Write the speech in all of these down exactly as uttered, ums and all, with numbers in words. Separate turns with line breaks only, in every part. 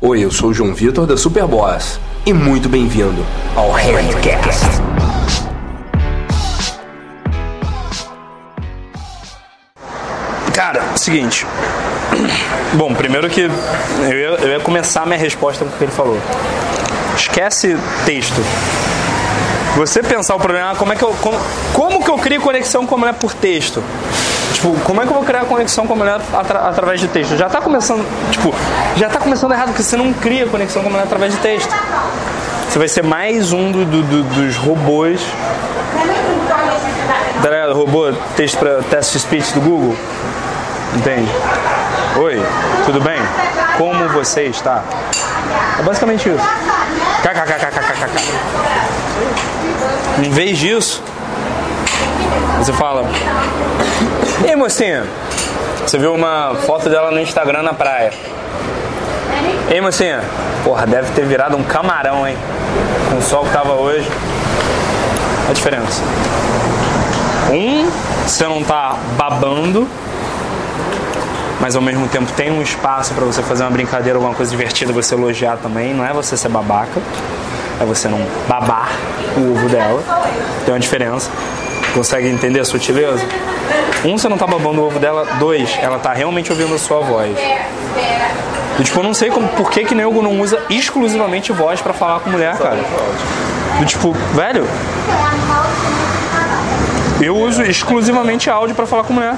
Oi, eu sou o João Vitor da Superboss e muito bem-vindo ao Handcast.
Cara, seguinte. Bom, primeiro que eu ia, eu ia começar a minha resposta com o que ele falou. Esquece texto. Você pensar o problema, como é que eu, como, como que eu crio conexão com a mulher por texto? Tipo, como é que eu vou criar conexão com a mulher atra, através de texto? Já tá começando, tipo, já tá começando errado, porque você não cria conexão com a mulher através de texto. Você vai ser mais um do, do, do, dos robôs. Tá ligado? Robô, texto para teste de speech do Google. Entende? Oi, tudo bem? Como você está? É basicamente isso. KKKKKKK. Em vez disso, você fala: ei, mocinha, você viu uma foto dela no Instagram na praia. Ei, mocinha, porra, deve ter virado um camarão, hein? Com o sol que tava hoje. A diferença: um, você não tá babando, mas ao mesmo tempo tem um espaço pra você fazer uma brincadeira, alguma coisa divertida, você elogiar também. Não é você ser babaca, é você não babar o ovo dela. Tem uma diferença. Consegue entender a sutileza? Um, você não tá babando o ovo dela. Dois, ela tá realmente ouvindo a sua voz. E, tipo, eu não sei como, por que que nego não usa exclusivamente voz pra falar com mulher, cara. E, tipo, velho, eu uso exclusivamente áudio pra falar com mulher.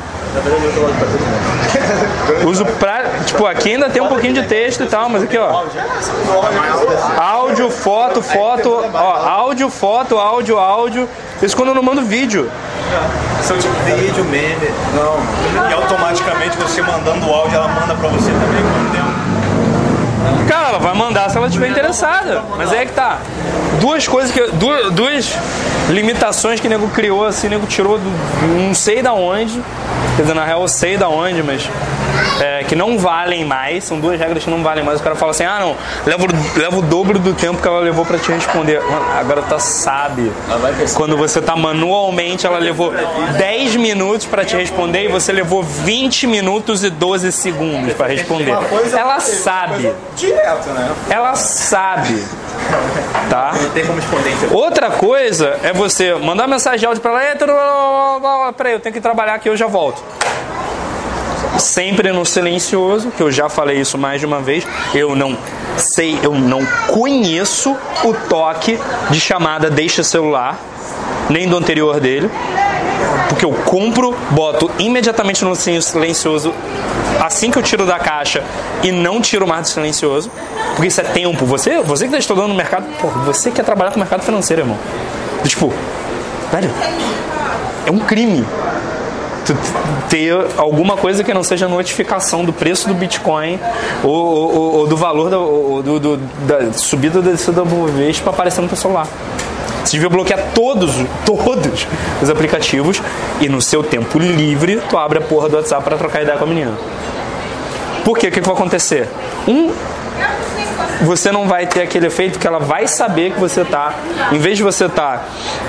Uso pra... Tipo, aqui ainda tem um pouquinho de texto e tal, mas aqui, ó. Áudio, foto, foto, ó, áudio, foto, áudio, áudio. Isso quando eu não mando vídeo.
São tipo vídeo, meme. Não. E automaticamente você mandando o áudio, ela manda pra você também quando tem.
Cara, ela vai mandar se ela estiver interessada. Mas é que tá. Duas coisas que. Duas, duas limitações que o nego criou, assim, o nego tirou do. Não sei da onde. Quer dizer, na real eu sei da onde, mas. É, que não valem mais. São duas regras que não valem mais. O cara fala assim: ah, não, leva, leva o dobro do tempo que ela levou pra te responder. Mano, a garota sabe. Quando você tá manualmente, ela levou dez minutos pra te responder e você levou vinte minutos e doze segundos pra responder. Ela sabe.
Direto, né?
Ela sabe. Tá?
Não tem como esconder.
Outra coisa é você mandar mensagem de áudio pra ela: peraí, eu tenho que trabalhar aqui, eu já volto. Sempre no silencioso, que eu já falei isso mais de uma vez. Eu não sei, eu não conheço o toque de chamada deixa celular, nem do anterior dele, porque eu compro, boto imediatamente no silencioso assim que eu tiro da caixa e não tiro mais do silencioso, porque isso é tempo. Você, você que está estudando no mercado, porra, você quer trabalhar com o mercado financeiro, irmão. Tipo, velho, é um crime ter alguma coisa que não seja notificação do preço do Bitcoin ou, ou, ou do valor da, ou do, do, da subida ou descida da Bovespa para aparecer no teu celular. Você devia bloquear todos, todos os aplicativos e no seu tempo livre tu abre a porra do WhatsApp para trocar ideia com a menina. Por quê? O que, que vai acontecer? Um, você não vai ter aquele efeito que ela vai saber que você tá, em vez de você tá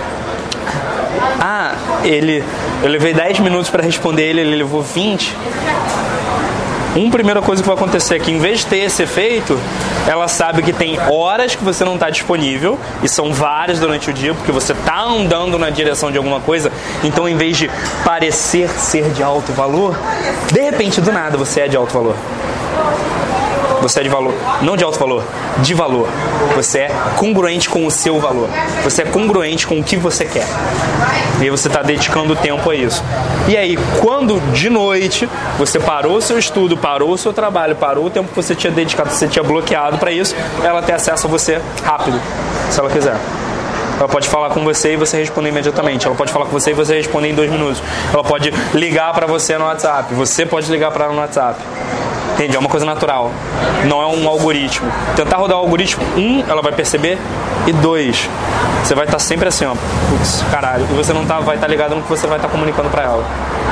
ah, ele, eu levei dez minutos para responder ele, ele levou vinte. Uma primeira coisa que vai acontecer é que, em vez de ter esse efeito, ela sabe que tem horas que você não está disponível, e são várias durante o dia, porque você está andando na direção de alguma coisa. Então, em vez de parecer ser de alto valor, de repente, do nada, você é de alto valor. Você é de valor, não de alto valor, de valor. Você é congruente com o seu valor. Você é congruente com o que você quer. E aí você está dedicando tempo a isso. E aí, quando de noite você parou o seu estudo, parou o seu trabalho, parou o tempo que você tinha dedicado, você tinha bloqueado para isso, ela tem acesso a você rápido, se ela quiser. Ela pode falar com você e você responder imediatamente. Ela pode falar com você e você responder em dois minutos. Ela pode ligar para você no WhatsApp. Você pode ligar para ela no WhatsApp. Entende? É uma coisa natural. Não é um algoritmo. Tentar rodar o algoritmo, um, ela vai perceber, e dois, você vai estar sempre assim, ó. Putz, caralho. E você não tá, vai estar ligado no que você vai estar comunicando para ela.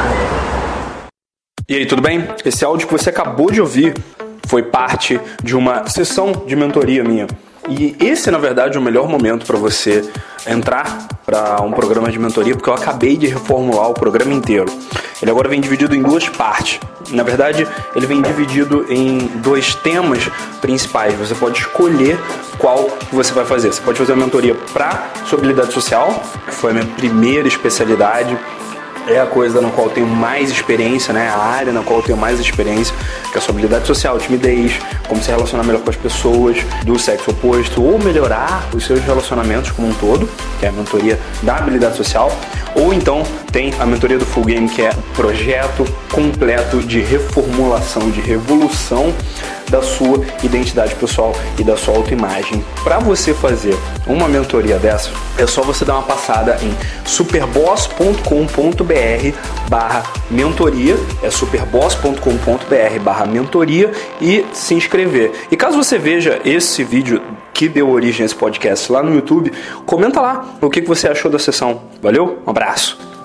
E aí, tudo bem? Esse áudio que você acabou de ouvir foi parte de uma sessão de mentoria minha.
E esse, na verdade, é o melhor momento para você entrar para um programa de mentoria, porque eu acabei de reformular o programa inteiro. Ele agora vem dividido em duas partes. Na verdade, ele vem dividido em dois temas principais. Você pode escolher qual você vai fazer. Você pode fazer uma mentoria para sua habilidade social, que foi a minha primeira especialidade. É a coisa na qual eu tenho mais experiência, né? A área na qual eu tenho mais experiência, que é a sua habilidade social, timidez, como se relacionar melhor com as pessoas do sexo oposto, ou melhorar os seus relacionamentos como um todo, que é a mentoria da habilidade social. Ou então tem a mentoria do Full Game, que é um projeto completo de reformulação, de revolução da sua identidade pessoal e da sua autoimagem. Para você fazer uma mentoria dessa, é só você dar uma passada em superboss ponto com ponto br barra mentoria, é superboss ponto com ponto br barra mentoria e se inscrever. E caso você veja esse vídeo que deu origem a esse podcast lá no YouTube, comenta lá o que você achou da sessão. Valeu? Um abraço!